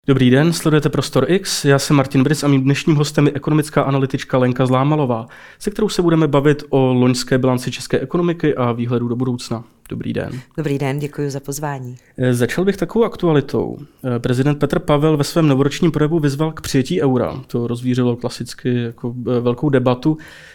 Dobrý den, sledujete Prostor X, já jsem Martin Bryc a mým dnešním hostem je ekonomická analytička Lenka Zlámalová, se kterou se budeme bavit o loňské bilanci české ekonomiky a výhledu do budoucna. Dobrý den. Dobrý den, děkuji za pozvání. Začal bych takovou aktualitou. Prezident Petr Pavel ve svém novoročním projevu vyzval k přijetí eura. To rozvířilo klasicky jako velkou debatu.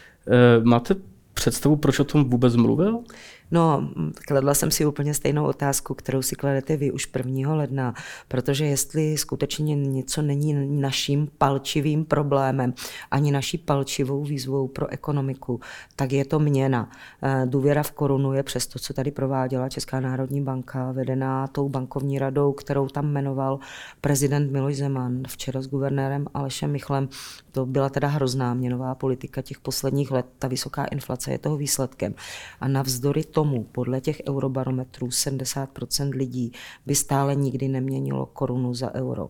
Máte představu, proč o tom vůbec mluvil? No, kladla jsem si úplně stejnou otázku, kterou si kladete vy už 1. ledna, protože jestli skutečně něco není naším palčivým problémem, ani naší palčivou výzvou pro ekonomiku, tak je to měna. Důvěra v korunu je přes to, co tady prováděla Česká národní banka, vedená tou bankovní radou, kterou tam jmenoval prezident Miloš Zeman, včera s guvernérem Alešem Michlem. To byla teda hrozná měnová politika těch posledních let, ta vysoká inflace je toho výsledkem. A navzdory tomu, podle těch eurobarometrů 70% lidí by stále nikdy neměnilo korunu za euro.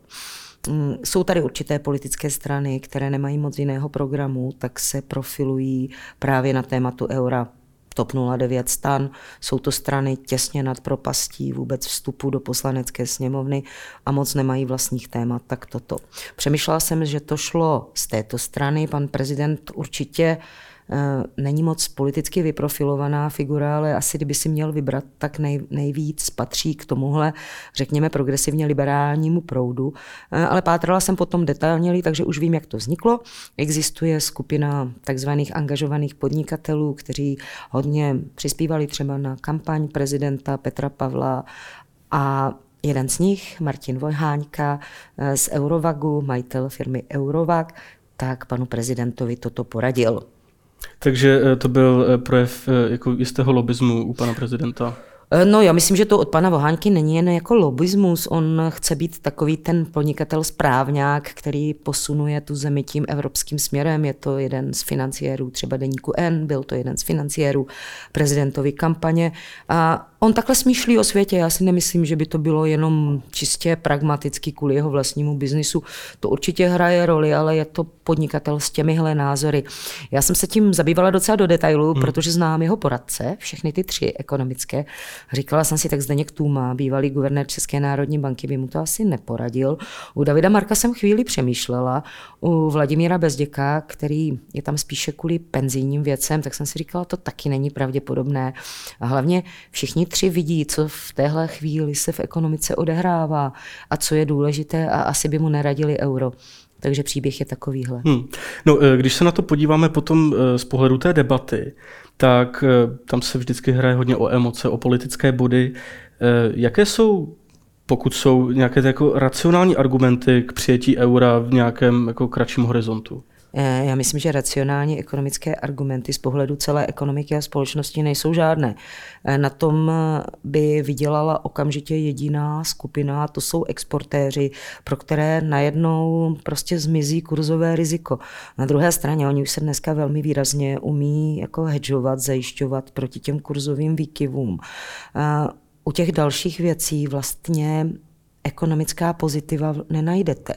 Jsou tady určité politické strany, které nemají moc jiného programu, tak se profilují právě na tématu eura. TOP 09 STAN, jsou to strany těsně nad propastí vůbec vstupu do poslanecké sněmovny a moc nemají vlastních témat, tak toto. Přemýšlela jsem, že to šlo z této strany, pan prezident určitě není moc politicky vyprofilovaná figura, ale asi kdyby si měl vybrat, tak nejvíc patří k tomuhle, řekněme, progresivně liberálnímu proudu. Ale pátrala jsem potom detailněji, takže už vím, jak to vzniklo. Existuje skupina takzvaných angažovaných podnikatelů, kteří hodně přispívali třeba na kampaň prezidenta Petra Pavla a jeden z nich, Martin Vojháňka z Eurovagu, majitel firmy Eurovag, tak panu prezidentovi toto poradil. Takže to byl projev jako jistého lobismu u pana prezidenta? No, já myslím, že to od pana Voháňky není jen jako lobismus. On chce být takový ten podnikatel správňák, který posunuje tu zemi tím evropským směrem. Je to jeden z financiérů třeba deníku N, byl to jeden z financiérů prezidentovy kampaně. A on takhle smýšlí o světě. Já si nemyslím, že by to bylo jenom čistě pragmaticky kvůli jeho vlastnímu biznisu. To určitě hraje roli, ale je to podnikatel s těmihle názory. Já jsem se tím zabývala docela do detailu, protože znám jeho poradce, všechny ty 3 ekonomické. Říkala jsem si, tak Zdeněk Tůma, bývalý guvernér České národní banky, by mu to asi neporadil. U Davida Marka jsem chvíli přemýšlela, u Vladimíra Bezděka, který je tam spíše kvůli penzijním věcem, tak jsem si říkala, to taky není pravděpodobné. A hlavně všichni 3 vidí, co v téhle chvíli se v ekonomice odehrává a co je důležité a asi by mu neradili euro. Takže příběh je takovýhle. No, když se na to podíváme potom z pohledu té debaty, tak tam se vždycky hraje hodně o emoce, o politické body. Jaké jsou, pokud jsou nějaké jako racionální argumenty k přijetí eura v nějakém jako kratším horizontu? Já myslím, že racionální ekonomické argumenty z pohledu celé ekonomiky a společnosti nejsou žádné. Na tom by vydělala okamžitě jediná skupina, to jsou exportéři, pro které najednou prostě zmizí kurzové riziko. Na druhé straně oni už se dneska velmi výrazně umí jako hedžovat, zajišťovat proti těm kurzovým výkyvům. U těch dalších věcí vlastně ekonomická pozitiva nenajdete.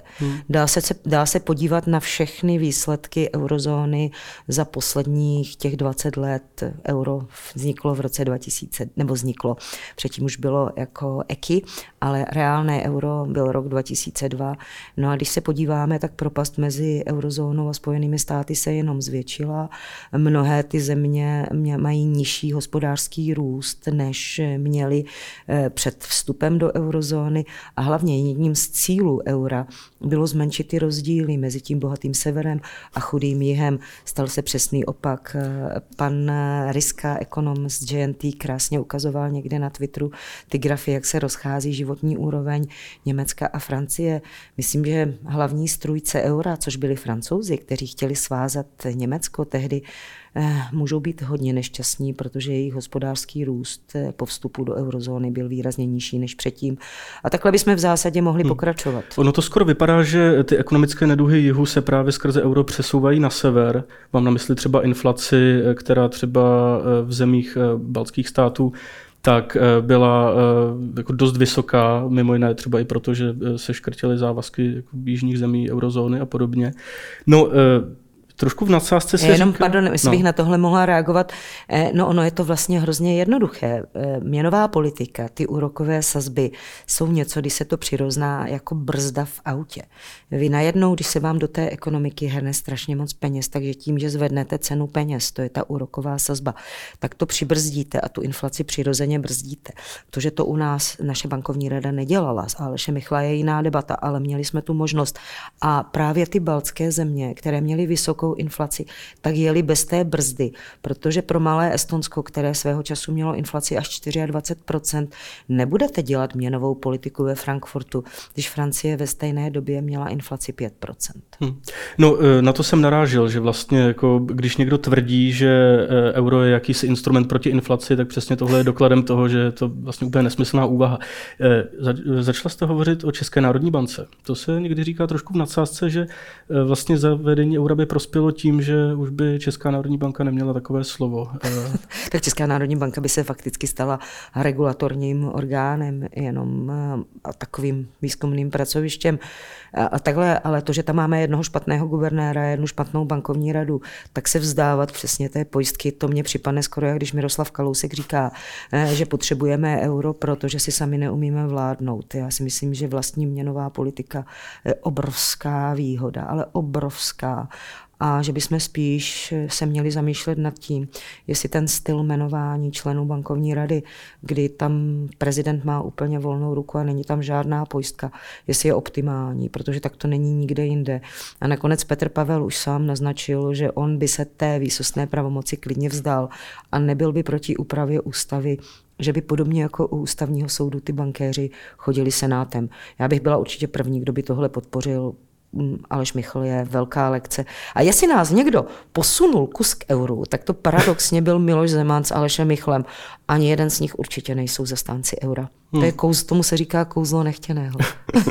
Dá se podívat na všechny výsledky eurozóny za posledních těch 20 let. Euro vzniklo v roce 2000, nebo vzniklo, předtím už bylo jako EKI, ale reálné euro byl rok 2002. No a když se podíváme, tak propast mezi eurozónou a Spojenými státy se jenom zvětšila. Mnohé ty země mají nižší hospodářský růst, než měli před vstupem do eurozóny. A hlavně jedním z cílů eura bylo zmenšit ty rozdíly mezi tím bohatým severem a chudým jihem. Stal se přesný opak. Pan Ryska, ekonom z JNT, krásně ukazoval někde na Twitteru ty grafy, jak se rozchází životní úroveň Německa a Francie. Myslím, že hlavní strůjce eura, což byli Francouzi, kteří chtěli svázat Německo tehdy, můžou být hodně nešťastní, protože jejich hospodářský růst po vstupu do eurozóny byl výrazně nižší než předtím. A takhle bychom v zásadě mohli pokračovat. Ono to skoro vypadá, že ty ekonomické neduhy jihu se právě skrze euro přesouvají na sever. Mám na mysli třeba inflaci, která třeba v zemích baltských států tak byla jako dost vysoká, mimo jiné třeba i proto, že se škrtily závazky jako jižních zemí eurozóny a podobně. No, trošku v nadsázce se jenom, říká... Pardon, jestli bych na tohle mohla reagovat. No ono je to vlastně hrozně jednoduché. Měnová politika, ty úrokové sazby jsou něco, když se to přirozná jako brzda v autě. Vy najednou, když se vám do té ekonomiky hrne strašně moc peněz, takže tím, že zvednete cenu peněz, to je ta úroková sazba, tak to přibrzdíte a tu inflaci přirozeně brzdíte. To, že to u nás naše bankovní rada nedělala, s Alešem Michla je jiná debata, ale měli jsme tu možnost. A právě ty baltské země, které měly vysokou inflaci, tak jeli bez té brzdy, protože pro malé Estonsko, které svého času mělo inflaci až 24%, nebudete dělat měnovou politiku ve Frankfurtu, když Francie ve stejné době měla inflaci 5%. No, na to jsem narážel, že vlastně jako, když někdo tvrdí, že euro je jakýsi instrument proti inflaci, tak přesně tohle je dokladem toho, že je to vlastně úplně nesmyslná úvaha. Začala jste hovořit o České národní bance. To se někdy říká trošku v nadsázce, že vlastně zavedení eura by prospělo tím, že už by Česká národní banka neměla takové slovo. Tak Česká národní banka by se fakticky stala regulatorním orgánem, jenom takovým výzkumným pracovištěm. A takhle, ale to, že tam máme jednoho špatného guvernéra, jednu špatnou bankovní radu, tak se vzdávat přesně té pojistky, to mně připadne skoro, jak když Miroslav Kalousek říká, že potřebujeme euro, protože si sami neumíme vládnout. Já si myslím, že vlastní měnová politika je obrovská výhoda, ale obrovská. A že bychom spíš se měli zamýšlet nad tím, jestli ten styl jmenování členů bankovní rady, kdy tam prezident má úplně volnou ruku a není tam žádná pojistka, jestli je optimální, protože tak to není nikde jinde. A nakonec Petr Pavel už sám naznačil, že on by se té výsostné pravomoci klidně vzdal a nebyl by proti úpravě ústavy, že by podobně jako u ústavního soudu ty bankéři chodili senátem. Já bych byla určitě první, kdo by tohle podpořil. Aleš Michl je velká lekce. A jestli nás někdo posunul kus k euru, tak to paradoxně byl Miloš Zeman s Alešem Michlem. Ani jeden z nich určitě nejsou zastánci eura. To je tomu se říká kouzlo nechtěného.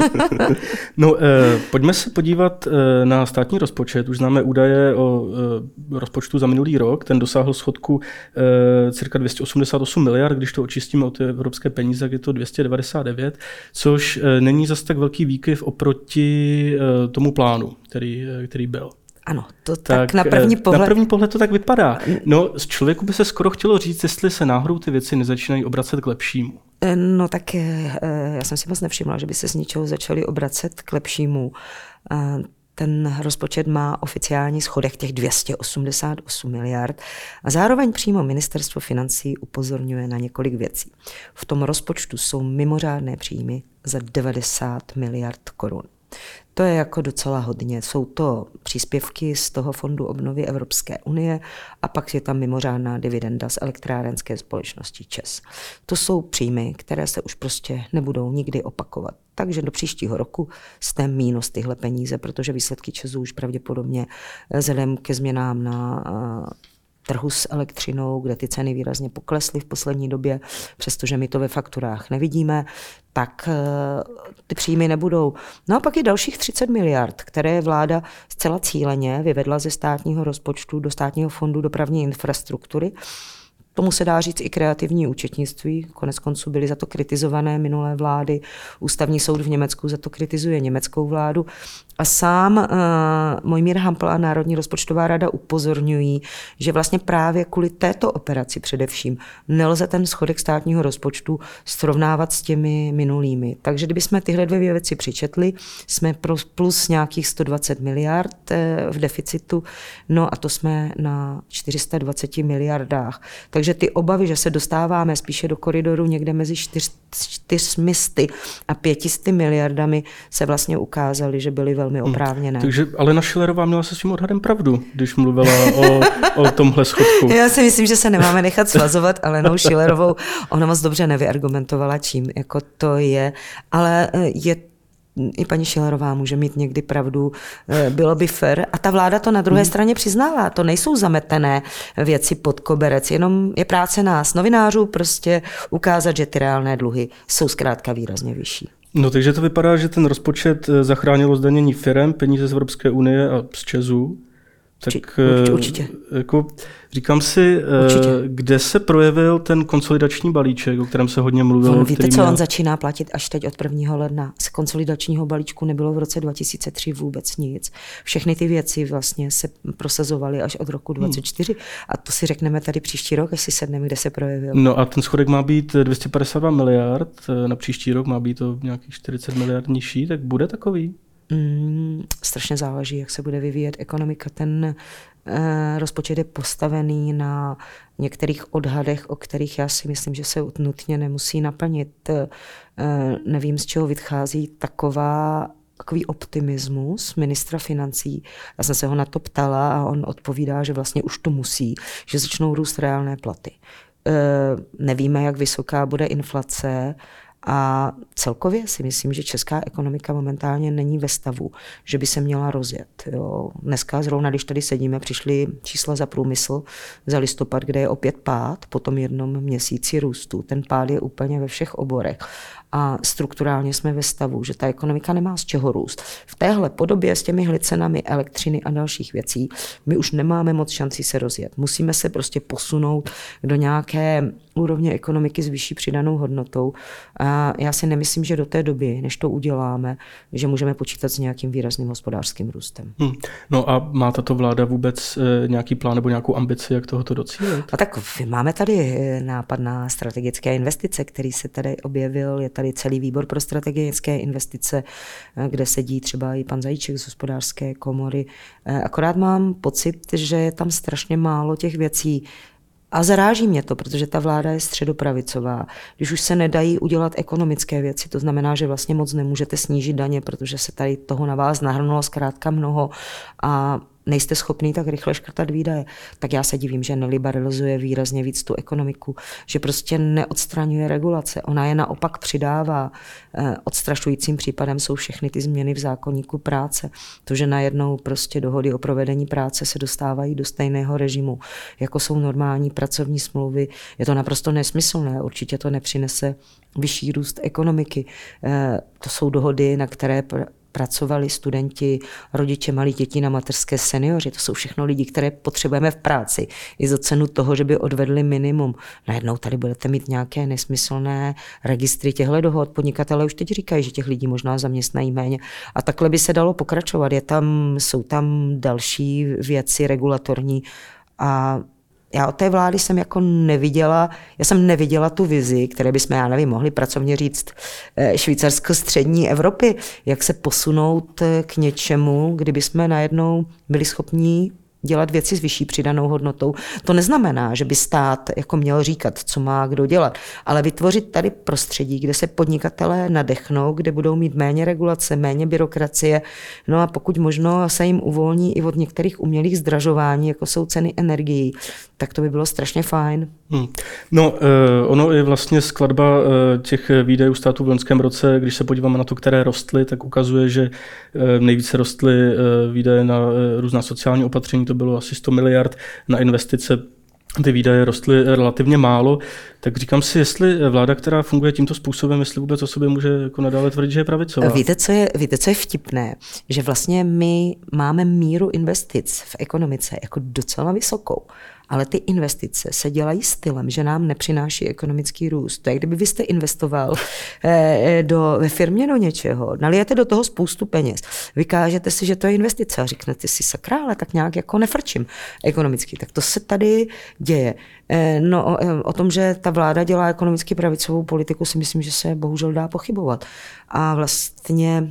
No, pojďme se podívat na státní rozpočet. Už známe údaje o rozpočtu za minulý rok. Ten dosáhl schodku cirka 288 miliard, když to očistíme o ty evropské peníze, tak je to 299, což není zas tak velký výkyv oproti tomu plánu, který byl. Ano, to tak na první pohled... Na první pohled to tak vypadá. No, z člověku by se skoro chtělo říct, jestli se náhodou ty věci nezačínají obracet k lepšímu. No tak já jsem si moc nevšimla, že by se z ničeho začali obracet k lepšímu. Ten rozpočet má oficiální schodek těch 288 miliard a zároveň přímo ministerstvo financí upozorňuje na několik věcí. V tom rozpočtu jsou mimořádné příjmy za 90 miliard korun. To je jako docela hodně. Jsou to příspěvky z toho fondu obnovy Evropské unie a pak je tam mimořádná dividenda z elektrárenské společnosti ČEZ. To jsou příjmy, které se už prostě nebudou nikdy opakovat. Takže do příštího roku jste mínus tyhle peníze, protože výsledky ČEZu už pravděpodobně vzhledem ke změnám na trhu s elektřinou, kde ty ceny výrazně poklesly v poslední době, přestože my to ve fakturách nevidíme, tak ty příjmy nebudou. No a pak je dalších 30 miliard, které vláda zcela cíleně vyvedla ze státního rozpočtu do státního fondu dopravní infrastruktury. Tomu se dá říct i kreativní účetnictví. Konec konců byly za to kritizované minulé vlády. Ústavní soud v Německu za to kritizuje německou vládu. A sám Mojmír Hampl a Národní rozpočtová rada upozorňují, že vlastně právě kvůli této operaci především nelze ten schodek státního rozpočtu srovnávat s těmi minulými. Takže kdybychom tyhle dvě věci přičetli, jsme plus nějakých 120 miliard v deficitu, no a to jsme na 420 miliardách. Takže ty obavy, že se dostáváme spíše do koridoru někde mezi 400 a 500 miliardami, se vlastně ukázaly, že byly velmi oprávněné. Takže Alena Schillerová měla se svým odhadem pravdu, když mluvila o tomhle schodku. Já si myslím, že se nemáme nechat svazovat Alenou Schillerovou. Ona moc dobře nevyargumentovala, čím jako to je, ale i paní Schillerová může mít někdy pravdu, bylo by fér. A ta vláda to na druhé straně přiznala. To nejsou zametené věci pod koberec, jenom je práce nás, novinářů, prostě ukázat, že ty reálné dluhy jsou zkrátka výrazně vyšší. No takže to vypadá, že ten rozpočet zachránilo zdanění firem, peníze z Evropské unie a z ČEZu. Tak určitě. Jako, říkám si, kde se projevil ten konsolidační balíček, o kterém se hodně mluvilo? Víte co, on začíná platit až teď od 1. ledna. Z konsolidačního balíčku nebylo v roce 2003 vůbec nic. Všechny ty věci vlastně se prosazovaly až od roku 2024 a to si řekneme tady příští rok, až si sedneme, kde se projevil. No a ten schodek má být 252 miliard, na příští rok má být to nějakých 40 miliard nižší, tak bude takový? Strašně záleží, jak se bude vyvíjet ekonomika. Ten rozpočet je postavený na některých odhadech, o kterých já si myslím, že se nutně nemusí naplnit. Nevím, z čeho vychází takový optimismus ministra financí. Já jsem se ho na to ptala a on odpovídá, že vlastně už to musí, že začnou růst reálné platy. Nevíme, jak vysoká bude inflace, a celkově si myslím, že česká ekonomika momentálně není ve stavu, že by se měla rozjet. Jo. Dneska zrovna, když tady sedíme, přišly čísla za průmysl za listopad, kde je opět pád po tom jednom měsíci růstu. Ten pád je úplně ve všech oborech. A strukturálně jsme ve stavu, že ta ekonomika nemá z čeho růst. V téhle podobě s těmi cenami elektřiny a dalších věcí my už nemáme moc šancí se rozjet. Musíme se prostě posunout do nějaké úrovně ekonomiky s vyšší přidanou hodnotou. A já si nemyslím, že do té doby, než to uděláme, že můžeme počítat s nějakým výrazným hospodářským růstem. No a má tato vláda vůbec nějaký plán nebo nějakou ambici, jak tohoto docílit? A tak máme tady nápad na strategické investice, který se tady objevil. Je tady celý výbor pro strategické investice, kde sedí třeba i pan Zajíček z hospodářské komory. Akorát mám pocit, že je tam strašně málo těch věcí. A zaráží mě to, protože ta vláda je středopravicová. Když už se nedají udělat ekonomické věci, to znamená, že vlastně moc nemůžete snížit daně, protože se tady toho na vás nahrnulo zkrátka mnoho a nejste schopný tak rychle škrtat výdaje, tak já se divím, že neliberalizuje výrazně víc tu ekonomiku, že prostě neodstraňuje regulace. Ona je naopak přidává. Odstrašujícím případem jsou všechny ty změny v zákoníku práce. To, že najednou prostě dohody o provedení práce se dostávají do stejného režimu, jako jsou normální pracovní smlouvy, je to naprosto nesmyslné. Určitě to nepřinese vyšší růst ekonomiky. To jsou dohody, na které pracovali studenti, rodiče malých dětí na mateřské, seniori. To jsou všechno lidi, které potřebujeme v práci. I za cenu toho, že by odvedli minimum. Najednou tady budete mít nějaké nesmyslné registry těchto dohod. Podnikatelé už teď říkají, že těch lidí možná zaměstnají méně. A takhle by se dalo pokračovat. Jsou tam další věci regulatorní a já od té vlády jsem jako neviděla tu vizi, které bychom, já nevím, mohli pracovně říct Švýcarsko-střední Evropy, jak se posunout k něčemu, kdyby jsme najednou byli schopní dělat věci s vyšší přidanou hodnotou. To neznamená, že by stát jako měl říkat, co má kdo dělat, ale vytvořit tady prostředí, kde se podnikatelé nadechnou, kde budou mít méně regulace, méně byrokracie, no a pokud možno se jim uvolní i od některých umělých zdražování, jako jsou ceny energií, tak to by bylo strašně fajn. No, ono je vlastně skladba těch výdajů státu v loňském roce, když se podíváme na to, které rostly, tak ukazuje, že nejvíce rostly výdaje na různá sociální opatření, to bylo asi 100 miliard, na investice ty výdaje rostly relativně málo, tak říkám si, jestli vláda, která funguje tímto způsobem, jestli vůbec o sobě může jako nadále tvrdit, že je pravicová. Víte, co je vtipné? Že vlastně my máme míru investic v ekonomice jako docela vysokou. Ale ty investice se dělají stylem, že nám nepřináší ekonomický růst. To je, kdyby vy jste investoval ve firmě do něčeho, nalijete do toho spoustu peněz, vykážete si, že to je investice a řeknete si, sakra, ale tak nějak jako nefrčím ekonomicky. Tak to se tady děje. No, o tom, že ta vláda dělá ekonomicky pravicovou politiku, si myslím, že se bohužel dá pochybovat. A vlastně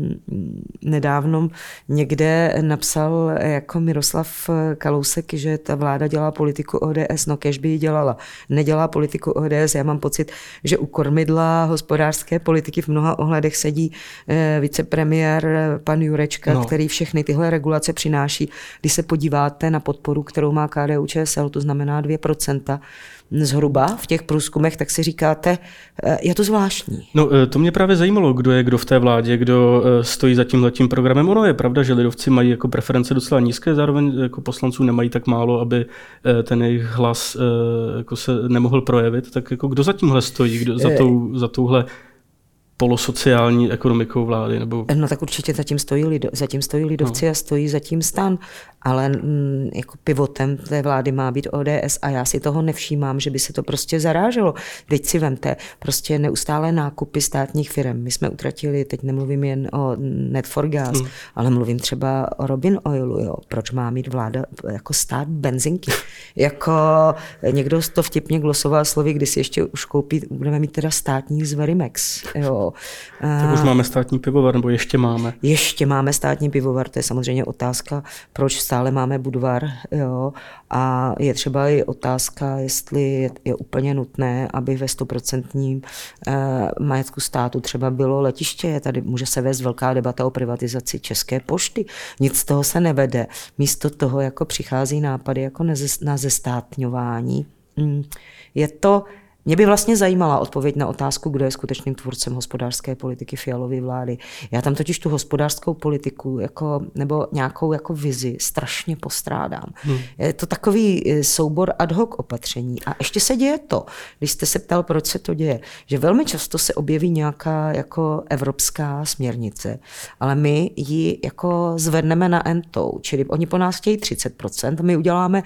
nedávno někde napsal jako Miroslav Kalousek, že ta vláda dělá politiku ODS, no kéž by ji dělala. Nedělá politiku ODS, já mám pocit, že u kormidla hospodářské politiky v mnoha ohledech sedí vicepremiér pan Jurečka, který všechny tyhle regulace přináší. Když se podíváte na podporu, kterou má KDU-ČSL, to znamená 2% zhruba v těch průzkumech, tak si říkáte, je to zvláštní. No, to mě právě zajímalo, kdo je kdo v té vládě, kdo stojí za tímhletím programem. Ono je pravda, že lidovci mají jako preference docela nízké, zároveň jako poslanců nemají tak málo, aby ten jejich hlas jako se nemohl projevit. Tak jako kdo za tímhle stojí, kdo za touhle polosociální ekonomikou vlády? Nebo... No tak určitě zatím stojí lidovci a stojí zatím STAN, ale jako pivotem té vlády má být ODS a já si toho nevšímám, že by se to prostě zaráželo. Teď si vemte, prostě neustále nákupy státních firm. My jsme utratili, teď nemluvím jen o Net4Gas, ale mluvím třeba o Robin Oilu. Jo. Proč má mít vláda jako stát benzinky? Jako někdo to vtipně glosoval slovy, když si ještě už koupí, budeme mít teda státní z Verimex. Jo. Tak už máme státní pivovar, nebo ještě máme? Ještě máme státní pivovar, to je samozřejmě otázka, proč stále máme Budvar. Jo. A je třeba i otázka, jestli je úplně nutné, aby ve 100% majetku státu třeba bylo letiště. Tady může se vést velká debata o privatizaci České pošty. Nic z toho se nevede. Místo toho jako přichází nápady jako na zestátňování. Mě by vlastně zajímala odpověď na otázku, kdo je skutečným tvůrcem hospodářské politiky Fialovy vlády. Já tam totiž tu hospodářskou politiku nebo nějakou jako vizi strašně postrádám. Je to takový soubor ad hoc opatření. A ještě se děje to, když jste se ptal, proč se to děje, že velmi často se objeví nějaká jako evropská směrnice, ale my ji jako zvedneme na entou, čili oni po nás chtějí 30%, my uděláme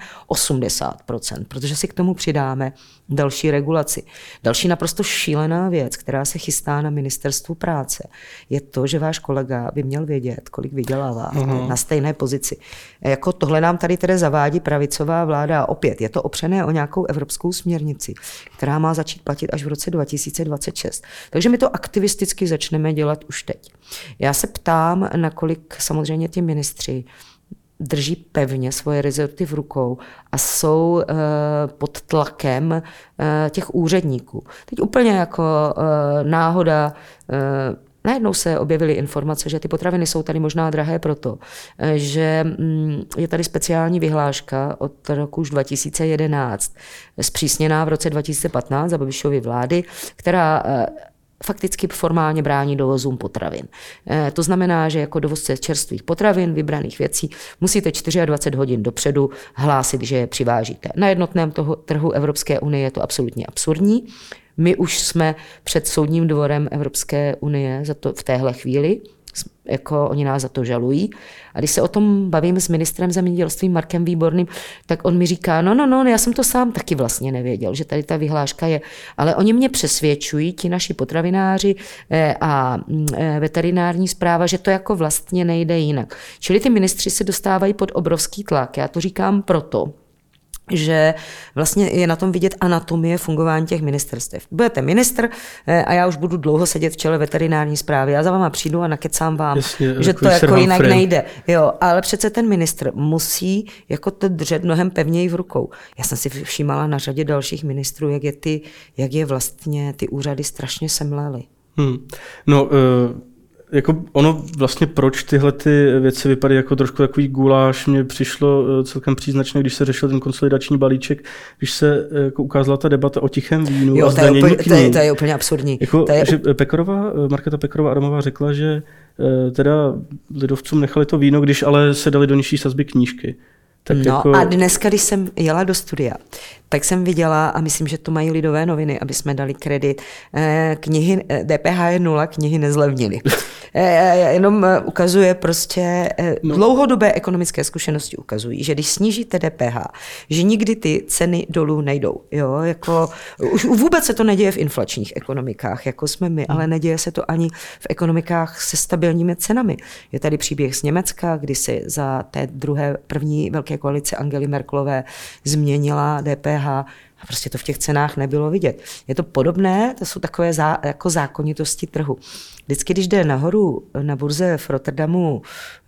80%, protože si k tomu přidáme další regulaci. Další naprosto šílená věc, která se chystá na ministerstvu práce, je to, že váš kolega by měl vědět, kolik vydělává na stejné pozici. Jako tohle nám tady tedy zavádí pravicová vláda a opět je to opřené o nějakou evropskou směrnici, která má začít platit až v roce 2026. Takže my to aktivisticky začneme dělat už teď. Já se ptám, nakolik samozřejmě ti ministři drží pevně svoje rezorty v rukou a jsou pod tlakem těch úředníků. Teď úplně jako náhoda, najednou se objevily informace, že ty potraviny jsou tady možná drahé proto, že je tady speciální vyhláška od roku už 2011, zpřísněná v roce 2015 za Babišovy vlády, která fakticky formálně brání dovozům potravin. To znamená, že jako dovozce čerstvých potravin, vybraných věcí, musíte 24 hodin dopředu hlásit, že je přivážíte. Na jednotném trhu Evropské unie je to absolutně absurdní. My už jsme před soudním dvorem Evropské unie za to v téhle chvíli, jako oni nás za to žalují. A když se o tom bavím s ministrem zemědělství Markem Výborným, tak on mi říká, no, já jsem to sám taky vlastně nevěděl, že tady ta vyhláška je. Ale oni mě přesvědčují, ti naši potravináři a veterinární správa, že to jako vlastně nejde jinak. Čili ty ministři se dostávají pod obrovský tlak. Já to říkám proto, že vlastně je na tom vidět anatomie fungování těch ministerstev. Budete ministr a já už budu dlouho sedět v čele veterinární správy. Já za váma přijdu a nakecám vám, jasně, že to jako jinak nejde. Jo, ale přece ten ministr musí jako to držet mnohem pevněji v rukou. Já jsem si všímala na řadě dalších ministrů, jak je vlastně ty úřady strašně semlely. Jako ono vlastně proč tyhle ty věci vypadají jako trošku takový guláš, mně přišlo celkem příznačné, když se řešil ten konsolidační balíček, když se jako ukázala ta debata o tichém vínu a zdanění knih. To je úplně absurdní. Jako, že Markéta Pekarová-Adamová řekla, že teda lidovcům nechali to víno, když ale se dali do nižší sazby knížky. Tak jako... A dneska, když jsem jela do studia, tak jsem viděla, a myslím, že to mají Lidové noviny, aby jsme dali kredit, knihy DPH je 0, knihy nezlevnily. Jenom ukazuje prostě, dlouhodobé ekonomické zkušenosti ukazují, že když snížíte DPH, že nikdy ty ceny dolů nejdou. Jo? Jako, už vůbec se to neděje v inflačních ekonomikách, jako jsme my, ale neděje se to ani v ekonomikách se stabilními cenami. Je tady příběh z Německa, kdy se za té první velké koalice Angely Merkelové změnila DPH a prostě to v těch cenách nebylo vidět. Je to podobné, to jsou takové jako zákonitosti trhu. Vždycky, když jde nahoru na burze v Rotterdamu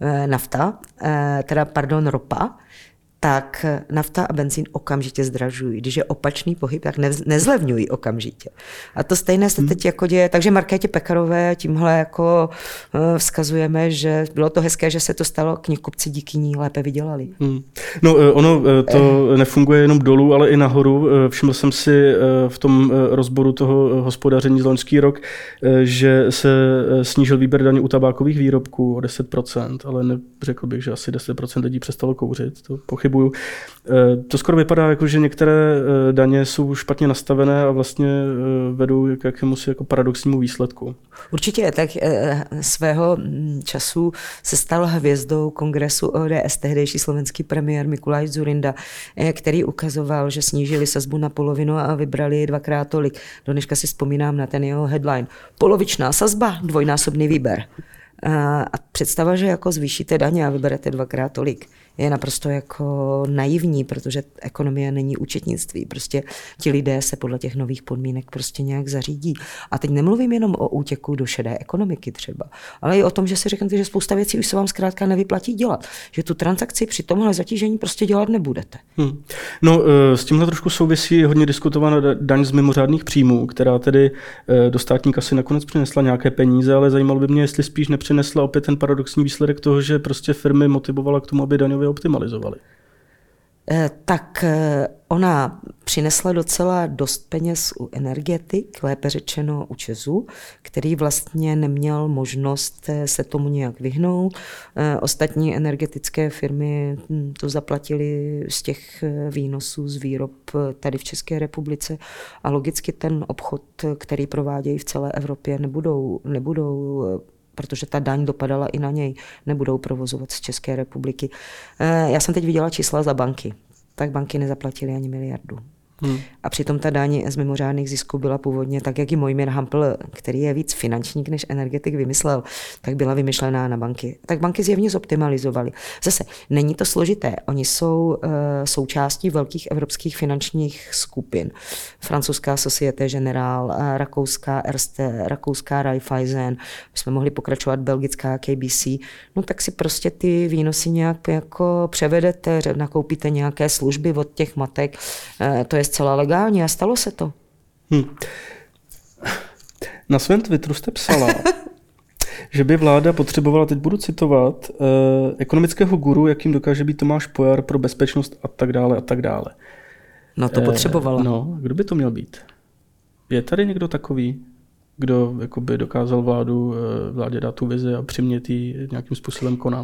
ropa, tak nafta a benzín okamžitě zdražují. Když je opačný pohyb, tak nezlevňují okamžitě. A to stejné se teď jako děje. Takže Markétě Pekarové tímhle jako vzkazujeme, že bylo to hezké, že se to stalo, knihkupci díky ní lépe vydělali. No ono to nefunguje jenom dolů, ale i nahoru. Všiml jsem si v tom rozboru toho hospodaření z loňský rok, že se snížil výběr daní u tabákových výrobků o 10%, ale neřekl bych, že asi 10% lidí přestalo kouřit. To pochybuji. nepochybuju. To skoro vypadá jako, že některé daně jsou špatně nastavené a vlastně vedou k jakémusi jako paradoxnímu výsledku. Určitě, tak svého času se stal hvězdou kongresu ODS tehdejší slovenský premiér Mikuláš Dzurinda, který ukazoval, že snížili sazbu na polovinu a vybrali dvakrát tolik. Do dneška si vzpomínám na ten jeho headline. Polovičná sazba, dvojnásobný výběr. A představa, že jako zvýšíte daně a vyberete dvakrát tolik, je naprosto jako naivní, protože ekonomie není účetnictví. Prostě ti lidé se podle těch nových podmínek prostě nějak zařídí. A teď nemluvím jenom o útěku do šedé ekonomiky třeba, ale i o tom, že si řeknete, že spousta věcí už se vám zkrátka nevyplatí dělat. Že tu transakci při tomhle zatížení prostě dělat nebudete. No, s tímhle trošku souvisí hodně diskutovaná daň z mimořádných příjmů, která tedy do státní kasy nakonec přinesla nějaké peníze, ale zajímalo by mě, jestli spíš nepřinesla opět ten paradoxní výsledek toho, že prostě firmy motivovala k tomu, aby daňově optimalizovali. Tak ona přinesla docela dost peněz u energetik, lépe řečeno u ČEZu, který vlastně neměl možnost se tomu nějak vyhnout. Ostatní energetické firmy to zaplatili z těch výnosů z výrob tady v České republice a logicky ten obchod, který provádějí v celé Evropě, nebudou protože ta daň dopadala i na něj, nebudou provozovat z České republiky. Já jsem teď viděla čísla za banky, tak banky nezaplatily ani miliardu. A přitom ta daň z mimořádných zisků byla původně, tak jak i Mojmír Hampl, který je víc finančník než energetik, vymyslel, tak byla vymyšlená na banky. Tak banky zjevně zoptimalizovaly. Zase, není to složité. Oni jsou součástí velkých evropských finančních skupin. Francouzská Société Générale, rakouská Erste, rakouská Raiffeisen, jsme mohli pokračovat belgická KBC. No tak si prostě ty výnosy nějak jako převedete, nakoupíte nějaké služby od těch matek. To je zcela legální a stalo se to. Na svém Twitteru jste psala, že by vláda potřebovala, teď budu citovat, ekonomického guru, jakým dokáže být Tomáš Pojar pro bezpečnost a tak dále a tak dále. No to potřebovala. No, kdo by to měl být? Je tady někdo takový, kdo by dokázal vládě dát tu vizi a přimět ji nějakým způsobem konat?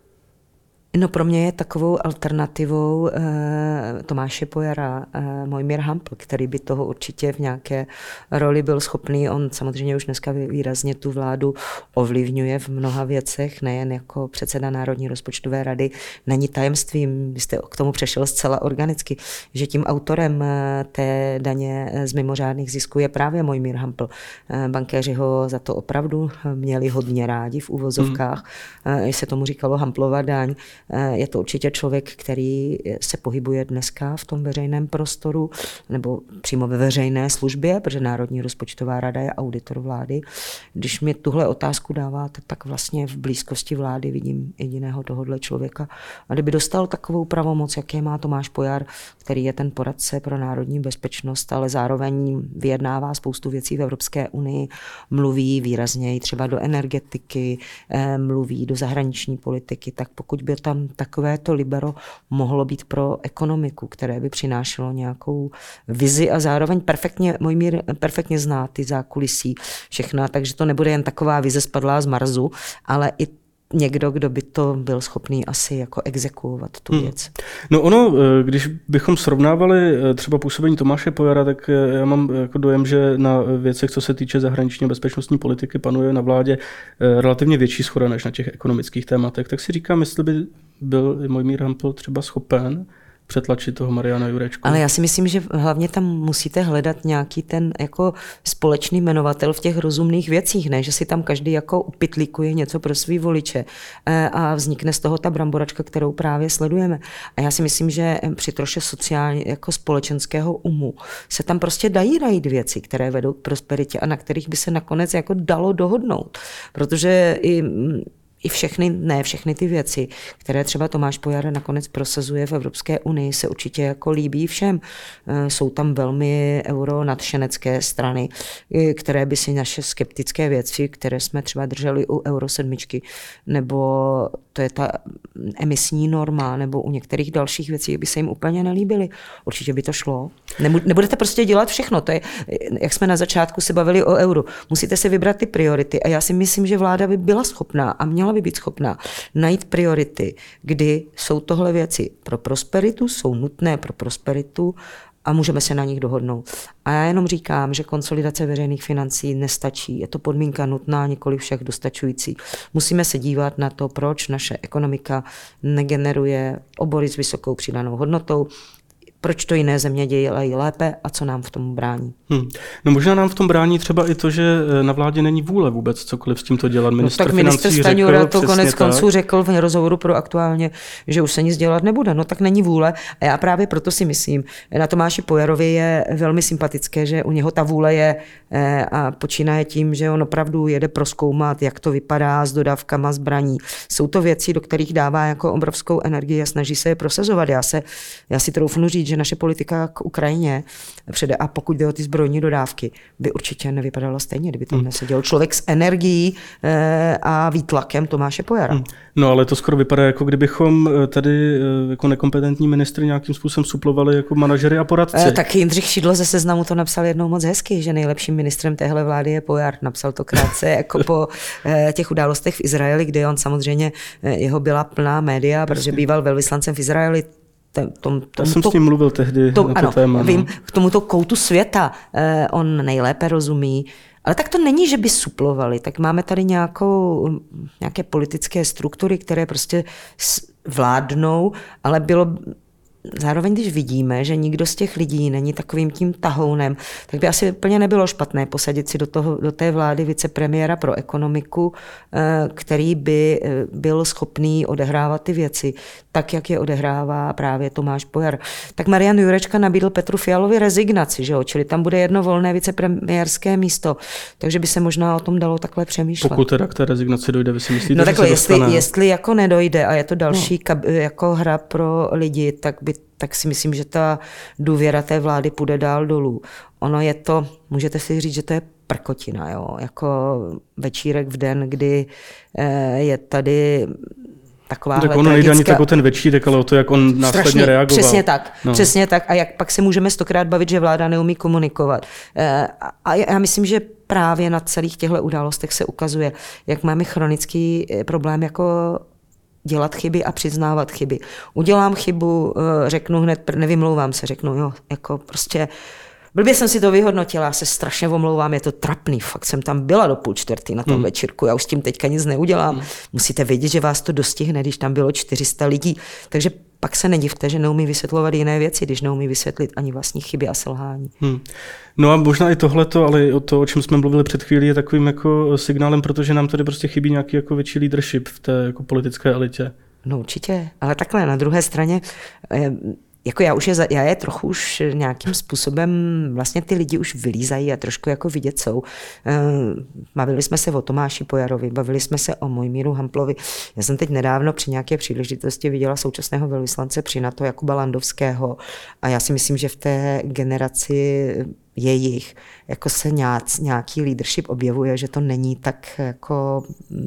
No pro mě je takovou alternativou Tomáše Pojara Mojmír Hampl, který by toho určitě v nějaké roli byl schopný. On samozřejmě už dneska výrazně tu vládu ovlivňuje v mnoha věcech, nejen jako předseda Národní rozpočtové rady. Není tajemstvím, vy jste k tomu přešel zcela organicky, že tím autorem té daně z mimořádných zisků je právě Mojmír Hampl. Bankéři ho za to opravdu měli hodně rádi v uvozovkách. Se tomu říkalo Hamplova daň. Je to určitě člověk, který se pohybuje dneska v tom veřejném prostoru nebo přímo ve veřejné službě, protože Národní rozpočtová rada je auditor vlády. Když mi tuhle otázku dáváte, tak vlastně v blízkosti vlády vidím jediného tohohle člověka. A kdyby dostal takovou pravomoc, jaké má Tomáš Pojar, který je ten poradce pro národní bezpečnost, ale zároveň vyjednává spoustu věcí v Evropské unii, mluví výrazněji třeba do energetiky, mluví do zahraniční politiky, tak pokud by tam takovéto libero mohlo být pro ekonomiku, které by přinášelo nějakou vizi a zároveň Mojmír perfektně zná ty zákulisí všechna, takže to nebude jen taková vize spadlá z Marsu, ale i někdo, kdo by to byl schopný asi jako exekuovat tu věc. No ono, když bychom srovnávali třeba působení Tomáše Pojara, tak já mám jako dojem, že na věcech, co se týče zahraniční bezpečnostní politiky, panuje na vládě relativně větší shoda než na těch ekonomických tématech. Tak si říkám, jestli by byl Mojmír Hampl třeba schopen přetlačit toho Mariana Jurečku. Ale já si myslím, že hlavně tam musíte hledat nějaký ten jako společný jmenovatel v těch rozumných věcích, ne? Že si tam každý jako upitlíkuje něco pro svý voliče a vznikne z toho ta bramboračka, kterou právě sledujeme. A já si myslím, že při troše sociálně jako společenského umu se tam prostě dají najít věci, které vedou k prosperitě a na kterých by se nakonec jako dalo dohodnout. Protože i ne všechny ty věci, které třeba Tomáš Pojar nakonec prosazuje v Evropské unii, se určitě jako líbí všem. Jsou tam velmi euronadšenecké strany, které by si naše skeptické věci, které jsme třeba drželi u Euro 7, nebo to je ta emisní norma, nebo u některých dalších věcí by se jim úplně nelíbily. Určitě by to šlo. Nebudete prostě dělat všechno. To je, jak jsme na začátku se bavili o euru. Musíte si vybrat ty priority a já si myslím, že vláda by byla schopná a měla měla by být schopná najít priority, kdy jsou tohle věci pro prosperitu, jsou nutné pro prosperitu a můžeme se na nich dohodnout. A já jenom říkám, že konsolidace veřejných financí nestačí. Je to podmínka nutná, nikoliv všech dostačující. Musíme se dívat na to, proč naše ekonomika negeneruje obory s vysokou přidanou hodnotou, proč to jiné země dělají lépe a co nám v tom brání. No možná nám v tom brání třeba i to, že na vládě není vůle vůbec cokoliv s tímto dělat. Tak ministr Stanjura to konec konců řekl v rozhovoru pro Aktuálně, že už se nic dělat nebude. No tak není vůle. A já právě proto si myslím, na Tomáši Pojarovi je velmi sympatické, že u něho ta vůle je a počínaje tím, že on opravdu jede prozkoumat, jak to vypadá s dodávkama zbraní. Jsou to věci, do kterých dává jako obrovskou energii a snaží se je prosazovat. Já si troufnu říct, že naše politika k Ukrajině a pokud jde o ty zbrojní dodávky, by určitě nevypadala stejně, kdyby tam neseděl člověk s energií a výtlakem Tomáše Pojara. No ale to skoro vypadá, jako kdybychom tady jako nekompetentní ministry nějakým způsobem suplovali jako manažery a poradci. Tak Jindřich Šidlo ze Seznamu to napsal jednou moc hezky, že nejlepším ministrem téhle vlády je Pojar. Napsal to krátce jako po těch událostech v Izraeli, kde on samozřejmě jeho byla plná média, protože býval velvyslancem v Izraeli. Já jsem s ním mluvil tehdy na to téma. Vím, k tomuto koutu světa on nejlépe rozumí, ale tak to není, že by suplovali. Tak máme tady nějaké politické struktury, které prostě vládnou, ale zároveň, když vidíme, že nikdo z těch lidí není takovým tím tahounem, tak by asi úplně nebylo špatné posadit si do té vlády vicepremiéra pro ekonomiku, který by byl schopný odehrávat ty věci tak, jak je odehrává právě Tomáš Pojar. Tak Marian Jurečka nabídl Petru Fialovi rezignaci, že jo? Čili tam bude jedno volné vicepremiérské místo, takže by se možná o tom dalo takhle přemýšlet. Pokud teda k té rezignaci dojde, vy si myslíte, no že takhle, se dostane? Jestli jako nedojde a je to další jako hra pro lidi, tak si myslím, že ta důvěra té vlády půjde dál dolů. Ono je to, můžete si říct, že to je prkotina, jo? Jako večírek v den, kdy je tady takováhle tak ono nejde ani tak o ten večírek, ale o to, jak on následně reagoval. Přesně tak. A jak pak se můžeme stokrát bavit, že vláda neumí komunikovat. A já myslím, že právě na celých těchto událostech se ukazuje, jak máme chronický problém jako dělat chyby a přiznávat chyby. Udělám chybu, řeknu hned, nevymlouvám se, řeknu, jo, jako prostě blbě jsem si to vyhodnotila, já se strašně omlouvám, je to trapný, fakt jsem tam byla do 3:30 na tom večírku, já už s tím teďka nic neudělám. Musíte vědět, že vás to dostihne, když tam bylo 400 lidí, takže pak se nedivte, že neumí vysvětlovat jiné věci, když neumí vysvětlit ani vlastní chyby a selhání. No a možná i tohleto, ale to, o čem jsme mluvili před chvílí, je takovým jako signálem, protože nám tady prostě chybí nějaký jako větší leadership v té jako politické elitě. No určitě, ale takhle na druhé straně jako já je trochu už nějakým způsobem, vlastně ty lidi už vylízají a trošku jako vidět jsou. Bavili jsme se o Tomáši Pojarovi, bavili jsme se o Mojmíru Hamplovi. Já jsem teď nedávno při nějaké příležitosti viděla současného velvyslance při NATO Jakuba Landovského a já si myslím, že v té generaci jejich jako se nějaký leadership objevuje, že to není tak jako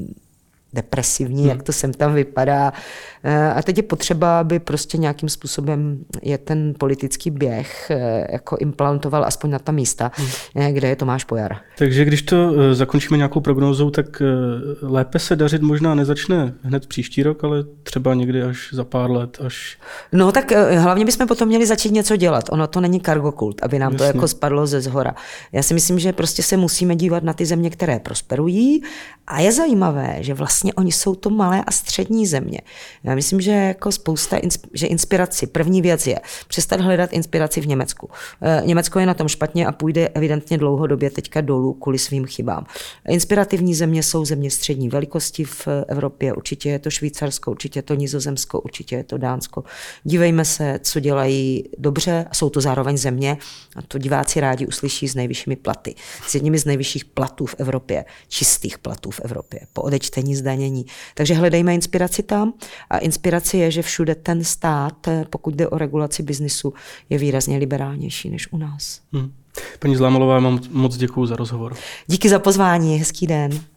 depresivní, jak to sem tam vypadá. A teď je potřeba, aby prostě nějakým způsobem je ten politický běh jako implantoval aspoň na ta místa, kde je Tomáš Pojar. Takže když to zakončíme nějakou prognózou, tak lépe se dařit možná nezačne hned příští rok, ale třeba někdy až za pár let. No tak hlavně bychom potom měli začít něco dělat. Ono to není cargokult, aby nám to jako spadlo ze zhora. Já si myslím, že prostě se musíme dívat na ty země, které prosperují a je zajímavé, že vlastně oni jsou to malé a střední země. Já myslím, že jako že inspiraci, první věc je přestat hledat inspiraci v Německu. Německo je na tom špatně a půjde evidentně dlouhodobě teďka dolů kvůli svým chybám. Inspirativní země jsou země střední velikosti v Evropě, určitě je to Švýcarsko, určitě je to Nizozemsko, určitě je to Dánsko. Dívejme se, co dělají dobře, a jsou to zároveň země, a to diváci rádi uslyší, s nejvyššími platy. S jedními z nejvyšších platů v Evropě, čistých platů v Evropě, po odečtení zdanění. Takže hledejme inspiraci tam a inspirace je, že všude ten stát, pokud jde o regulaci biznisu, je výrazně liberálnější než u nás. Paní Zlámalová, mám moc děkuju za rozhovor. Díky za pozvání, hezký den.